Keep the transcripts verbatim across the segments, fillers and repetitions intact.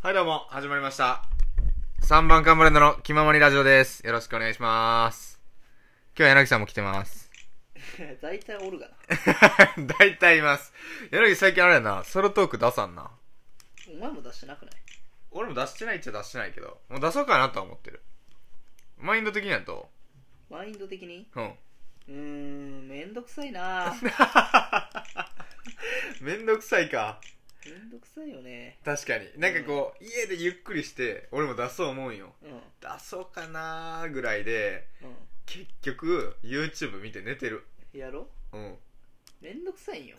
はいどうも始まりました。さんばんカンブレンドの気ままにラジオです。よろしくお願いします。今日は柳さんも来てます。 大体おるがな大体います。柳最近あれやな、ソロトーク出さんな。 お前も出してなくない？ 俺も出してないっちゃ出してないけど、もう出そうかなとは思ってる。マインド的にはどうマインド的にうんうーんめんどくさいなめんどくさいか。 めんどくさいよね。 確かになんかこう、うん、家でゆっくりして俺も出そう思うんよ、 うん、 出そうかなーぐらいで、うん、結局 YouTube 見て寝てる。 やろうんめんどくさいんよ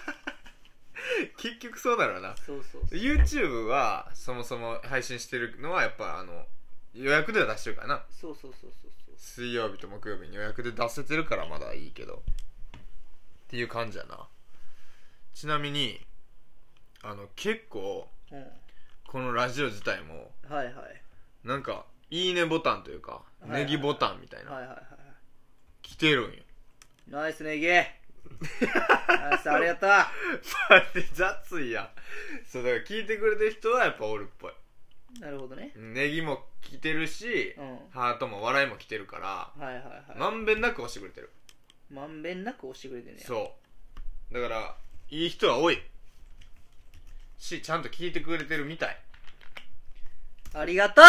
結局そうだろうな。 そうそうそう。 YouTube はそもそも配信してるのはやっぱあの予約では出してるからな。 そうそうそうそうそう。 水曜日と木曜日に予約で出せてるからまだいいけどっていう感じやな。ちなみにあの結構、うん、このラジオ自体もはいはいなんかいいねボタンというか、はいはいはい、ネギボタンみたいな、はいはいはい、来てるんよ。 ナイスネギナイスありがとう雑いや。そうだから聞いてくれてる人はやっぱおるっぽい。 なるほどね。 ネギも来てるし、うん、ハートも笑いも来てるから、 はいはいはい、 まんべんなく押してくれてる。 まんべんなく押してくれてんねや。 そうだからいい人は多いし、ちゃんと聞いてくれてるみたい。 ありがとう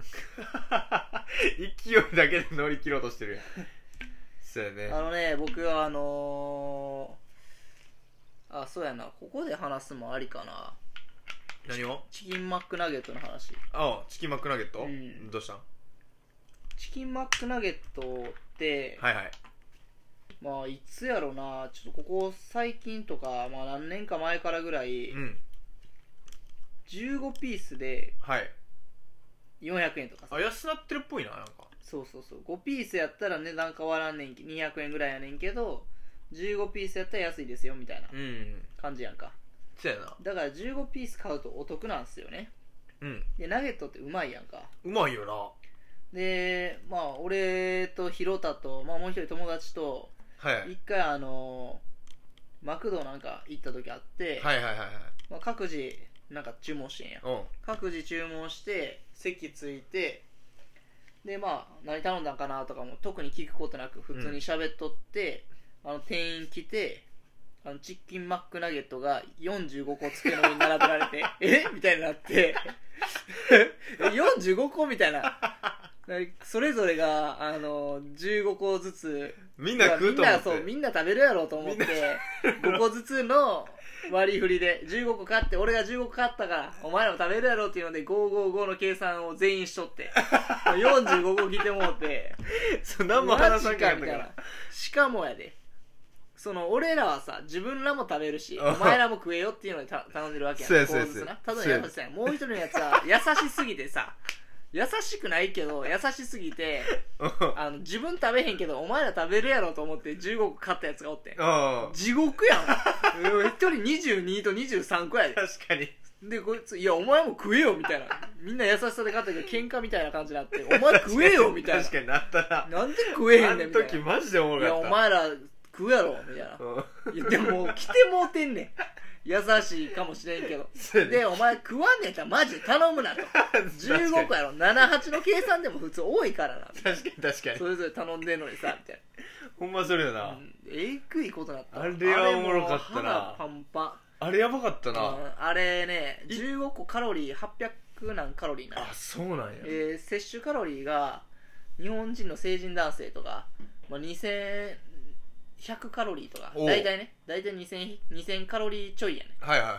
勢いだけで乗り切ろうとしてるやんそうやね。 あのね、僕はあのー、あ、そうやな、ここで話すもありかな。 何を？ チキンマックナゲットの話。 ああ、チキンマックナゲット、うん、どうしたん？ チキンマックナゲットってはいはい、 まあいつやろな、ちょっとここ最近とか、まあ何年か前からぐらい、うん、じゅうごピースでよんひゃくえんとかさ、 あ、安なってるっぽいな。なんかそうそうそう、ごピースやったら値段変わらんねんけどにひゃくえんぐらいやねんけど、じゅうごピースやったら安いですよみたいな感じやんか、 うん、そうやな。 だからじゅうごピース買うとお得なんすよね。うんでナゲットってうまいやんか。 うまいよな。 でまあ俺とヒロタと、まあ、もう一人友達と一回あのマクドなんか行った時あって、 はいはいはいはい、 まあ、各自なんか注文してんや、うん、各自注文して席ついて、でまあ何頼んだんかなとかも特に聞くことなく普通に喋っとって、うん、あの店員来て、あのチキンマックナゲットがよんじゅうごこ机の上に並べられてえみたいになってよんじゅうごこみたいな、それぞれがあのじゅうごこずつみんな食うと思って、みんなそうみんな食べるやろうと思ってごこずつの割り振りでじゅうごこ買って、俺がじゅうごこ買ったからお前らも食べるやろっていうのでごひゃくごじゅうごの計算を全員しとってよんじゅうごこ来てもうてそう何も話さんかったから。 しかもやで、その俺らはさ自分らも食べるしお前らも食えよっていうのでた頼んでるわけやん。 そうやそうや。 ただやっぱさもう一人のやつは優しすぎてさ優しくないけど優しすぎてあの自分食べへんけどお前ら食べるやろと思ってじゅうごこ買ったやつがおってん。地獄やん一人にじゅうにとにじゅうさんこやで。 確かに。 でこいついやお前も食えよみたいな、みんな優しさで買ったけど喧嘩みたいな感じになって、お前食えよみたいな。 確かになったな。 なんで食えへんねんみたいな。 あの時マジでおもろかった。 いやお前ら食うやろみたいな、うん、いやでも来てもうてんねん優しいかもしれんけどでお前食わんねんやったらマジで頼むなとじゅうごこやろななはちの計算でも普通多いからな。 確かに確かに。 それぞれ頼んでんのにさみたいな。 ほんまそれよな、 うん、えぐいことなった。 あれはおもろかったな。 パンパン。 あれやばかったな、うん、 あれねじゅうごこカロリーはっぴゃくなんカロリーなの。 あ、そうなんや、 えー、摂取カロリーが日本人の成人男性とか、まあ、にせんひゃくカロリーとか大体ね、大体 2000, 2000カロリーちょいやね。 はいはいはい。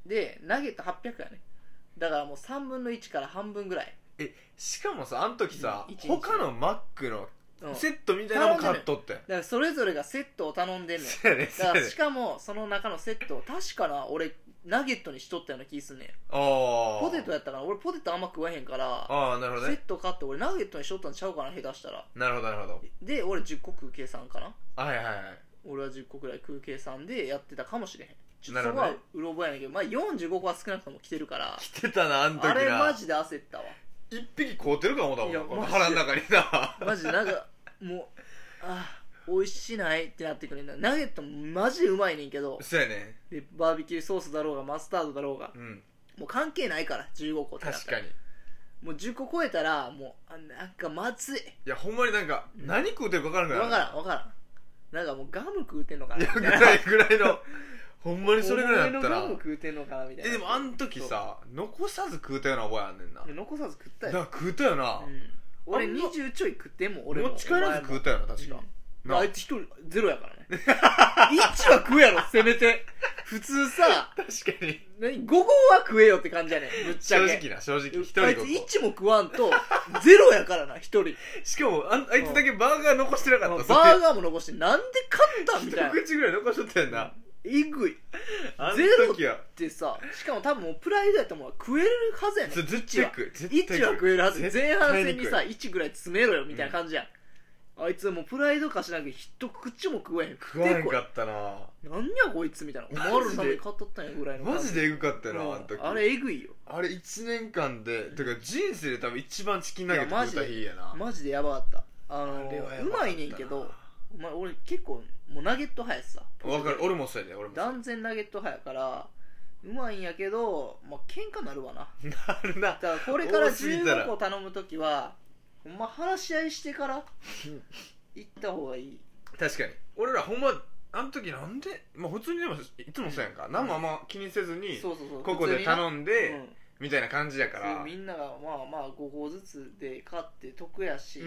でナゲットはっぴゃくやね。だからもうさんぶんのいちから半分ぐらい。 えしかもさあの時さ、うん、他のマックのセットみたいなのも買っとって、うん、だからそれぞれがセットを頼んでんねん。ねだからしかもその中のセットを確かな俺ナゲットにしとったような気すんねん。あポテトやったから俺ポテトあんま食わへんから、 あなるほど、ね、 セット買って俺ナゲットにしとったんちゃうかな下手したら。 なるほどなるほど。 で俺じゅっこ食う計算かな。 はいはいはい。 俺はじゅっこくらい食う計算でやってたかもしれへん。ちょっとそこはうろ覚えやねんけど、まあよんじゅうごこは少なくとも来てるから。 来てたなあん時な。 あれマジで焦ったわ。 一匹買うてるか思ったもん。いや腹の中になマジでなんかもうあ美味しないってなってくるんだ。ナゲットマジでうまいねんけど。 そうやね。 でバーベキューソースだろうがマスタードだろうが、 うん、 もう関係ないからじゅうごこってなったら。 確かにもうじゅっこ超えたらもうあなんかまずい。 いやほんまになんか、うん、何食うてるか分からんから分からん分からん。なんかもうガム食うてんのかな。 いやぐらいぐらいのほんまにそれぐらいだったら。 ガム食うてんのかなみたいな。 えでもあん時さ残さず食うたような覚えあんねんな。 残さず食ったよ。 だから食うたよな。うん、 俺にじゅうちょい食ってんもん。俺も持ち帰らず食うたよな確か。 うん、あいつ一人ゼロやからね。いちは食うやろせめて。普通さ確かに何ごこは食えよって感じやねんぶっちゃけ。 正直な正直一人あいついちも食わんとゼロやからな一人。 しかも あ, あいつだけバーガー残してなかった。 バーガーも残してなんで噛んだみたいな。 一口ぐらい残しとったやんな。 えぐい。ゼロってさ、しかも多分もうプライドやったらもう食えるはずやねん。 絶対食う。 いちは食えるはず。前半戦にさいちぐらい詰めろよみたいな感じやん。あいつもうプライドかしなきゃ一口も食えへん。 食わへんかったな。 なんやこいつみたいな。お前らのために買っとったんやぐらいの。 マジでえぐかったよな、あの時。 あれえぐいよ。 あれいちねんかんで、てか人生で多分一番チキンナゲット食った日やな。 マジでやばかった。あのうまいねんけど、まあ、俺結構もうナゲット派やしさ。 わかる、俺もそうやで。俺も断然ナゲット派やからうまいんやけど、まあ喧嘩なるわな。 なるな。 だからこれからじゅうごこ頼むときはほんま話し合いしてから行った方がいい。 確かに俺らほんまあの時なんで、まあ、普通にでもいつもそうやんか、うん、何もあんま気にせずに、 そうそうそうここで頼んで、うん、みたいな感じやから、 みんながまあまあごこずつで買って得やし、うん、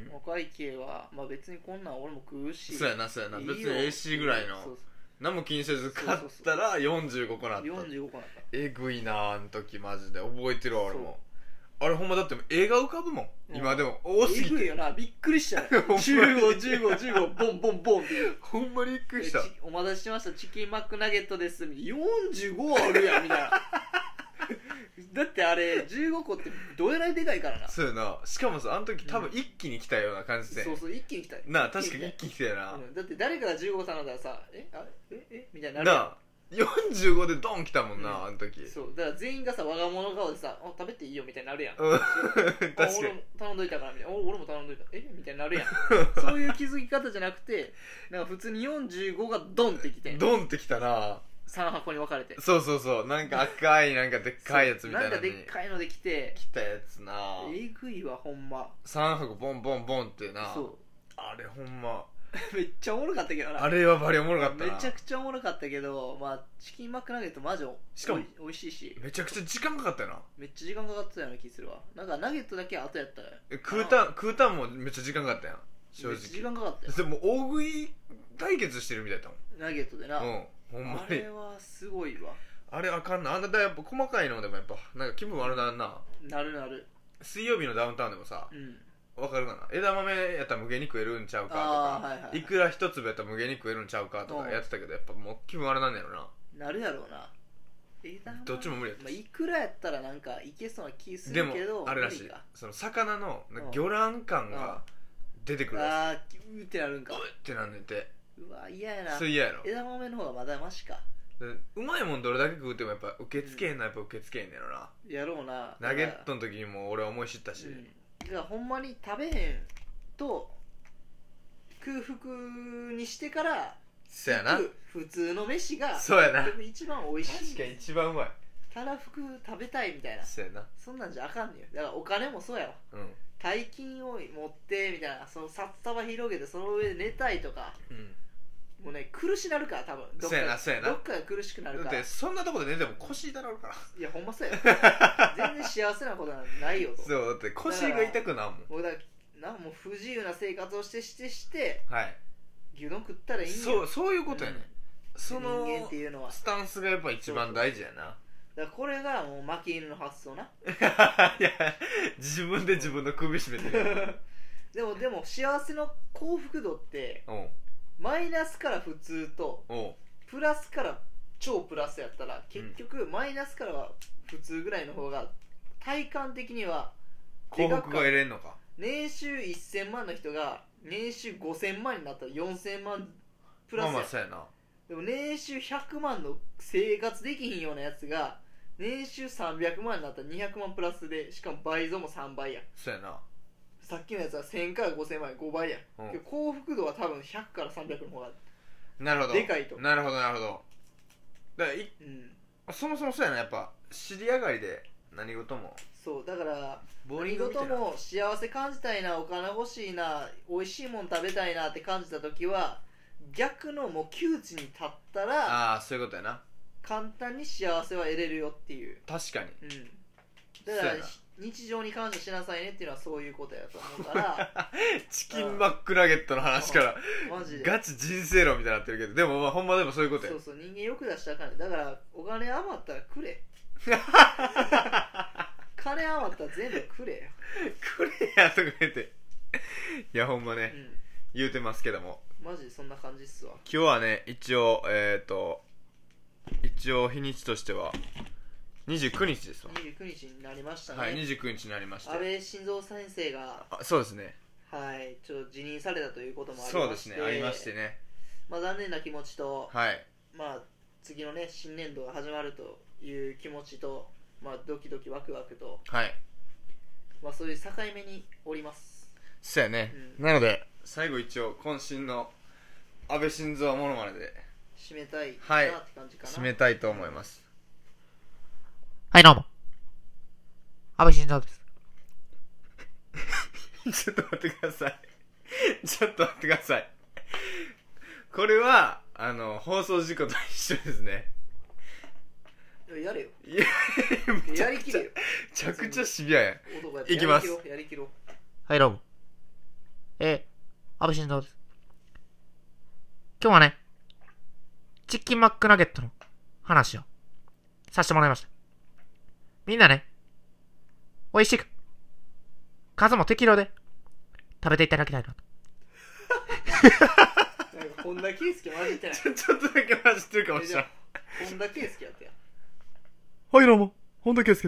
お会計は、まあ、別にこんなん俺も食うし、 そうやなそうやな、別に エーシー ぐらいのそうそう何も気にせず買ったらよんじゅうごこなった。よんじゅうごこなった。えぐいなあの時マジで覚えてるわ俺も。あれほんまだって映画浮かぶもん、うん、今でも多すぎて。えぐいよな、びっくりしたよ。じゅうご、じゅうご、じゅうご、ボンボンボンっていう。 ほんまにびっくりした。 お待たせしました、チキンマックナゲットです。よんじゅうごあるやんみたいな。だってあれじゅうごこってどえらいでかいからな。 そうやな。しかもさあの時多分一気に来たような感じで、 うん、そうそう一気に来たなあ。確かに一気に来たよな、 うん、だって誰かがじゅうご頼んだらさえあれええみたいになるやんなあ。よんじゅうごでドン来たもんな、うん、あの時。 そうだから全員がさ我が物顔でさあ食べていいよみたいになるやん、 うん、確かに俺も頼んどいたからみたいな俺も頼んどいたえみたいになるやんそういう気づき方じゃなくてなんか普通によんじゅうごがドンってきてん。 ドンってきたな。 さん箱に分かれて。 そうそうそう、なんか赤いなんかでっかいやつみたいななんかでっかいので来て来たやつな。 えぐいわほんま。 さん箱ボンボンボンってな。 そうあれほんまめっちゃおもろかったけどな。 あれはバリおもろかったな。 めちゃくちゃおもろかったけど、まあチキンマックナゲットマジしかもおいしいしめちゃくちゃ時間かかったよな。 めっちゃ時間かかってたような気するわ。なんかナゲットだけ後やったよ。 食うたん食うたんもめっちゃ時間かかったやん正直。めっちゃ時間かかったよ。 でも大食い対決してるみたいだもんナゲットでな。 うんほんまにあれはすごいわ。あれあかんな。あんなやっぱ細かいのでもやっぱなんか気分悪なるな。 なるなる。 水曜日のダウンタウンでもさ、うんわかるかな、枝豆やったら無限に食えるんちゃうかとか、はいはい、いくら一粒やったら無限に食えるんちゃうかとかやってたけどやっぱもう気分悪なんねやろな。 なるやろうな。枝豆どっちも無理やった、 まあ、いくらやったらなんかいけそうな気するけどでもあれらしいその魚の魚卵感が出てくるらしい。 ああうってなるんか。 うってなんねて。 うわ嫌やな。 それ嫌やろ。 枝豆の方がまだマシか。 うまいもんどれだけ食うてもやっぱ受け付けへんな、やっぱ受け付けへんねやろな。 やろうな。 ナゲットの時にも俺は思い知ったし、うん、 だからほんまに食べへんと空腹にしてからそうやな普通の飯がそうやな一番美味しい。 確かに一番うまい。 たらふく食べたいみたいな。 そうやな。 そんなんじゃあかんねんよ。だからお金もそうやわ、うん、大金を持ってみたいな、その札束広げてその上で寝たいとか、うん、もうね苦しなるから多分どっかそうやなそうやな。 どっかが苦しくなるから。 だってそんなとこで寝ても腰痛なるから。 いやほんまそうや全然幸せなことなんてないよと。 そうだって腰が痛くなんもん。 もうだなもう不自由な生活をしてしてして、 はい、 牛丼食ったらいいんよ。 そうそういうことやね、うん、その人間っていうのはスタンスがやっぱ一番大事やな。 だからこれがもう負け犬の発想な。 いや自分で自分の首絞めてるでもでも幸せの幸福度ってマイナスから普通とプラスから超プラスやったら結局マイナスからは普通ぐらいの方が体感的には幸福が得れんのか。 年収せんまんの人が年収ごせんまんになったらよんせんまんプラスや。 まあまあそうやな。 でも年収ひゃくまんの生活できひんようなやつが年収さんびゃくまんになったらにひゃくまんプラスでしかも倍増もさんばいやん。 そうやな。 さっきのやつはせんからごせんまんごばいやん、うん、幸福度は多分ひゃくからさんびゃくの方がなるほどでかいと。 なるほどなるほど。だからい、 うん、 そもそもそうやな、やっぱ知り上がりで何事もそうだからボーリン何グみたいな。 事も幸せ感じたいな、お金欲しいな、美味しいもん食べたいなって感じた時は逆のもう窮地に立ったらああそういうことやな。 簡単に幸せは得れるよっていう。 確かに。 うん、だから日常に感謝しなさいねっていうのはそういうことやと思うからチキンマックナゲットの話からマジでガチ人生論みたいになってるけど、でもまあほんまでもそういうことや。 そうそう、人間欲出したらあかんねん。だからお金余ったらくれ金余ったら全部くれよくれやとか言っていやほんまね、うん、言うてますけども、 マジでそんな感じっすわ。 今日はね一応えっ、ー、と一応日にちとしてはにじゅうくにちですわ。 にじゅうくにちになりましたね。 はい、にじゅうくにちになりました。 安倍晋三先生があそうですね、 はいちょっと辞任されたということもありまして、 そうですね、ありましてね、 まあ残念な気持ちと、 はい、 まあ次のね新年度が始まるという気持ちと、まあドキドキワクワクと、 はい、 まあそういう境目におります。 そうやね、うん、なので最後一応渾身の安倍晋三モノマネで締めたいなって感じかな、 はい、締めたいと思います。 はい、どうも安倍晋三ですちょっと待ってくださいちょっと待ってください。これはあの放送事故と一緒ですね。 やれよ。 いややりきれよ。めちゃくちゃシビアやん。いきます。 やりきろ。 はいどうも。えー、安倍晋三です。今日はね、チキンマックナゲットの話をさせてもらいました。みんなね、美味しく、数も適量で食べていただきたいなと。 なんか本田圭佑混じってない。 ちょ、ちょっとだけ混じってるかもしれない。 本田圭佑やってや。 はいどうも、本田圭佑。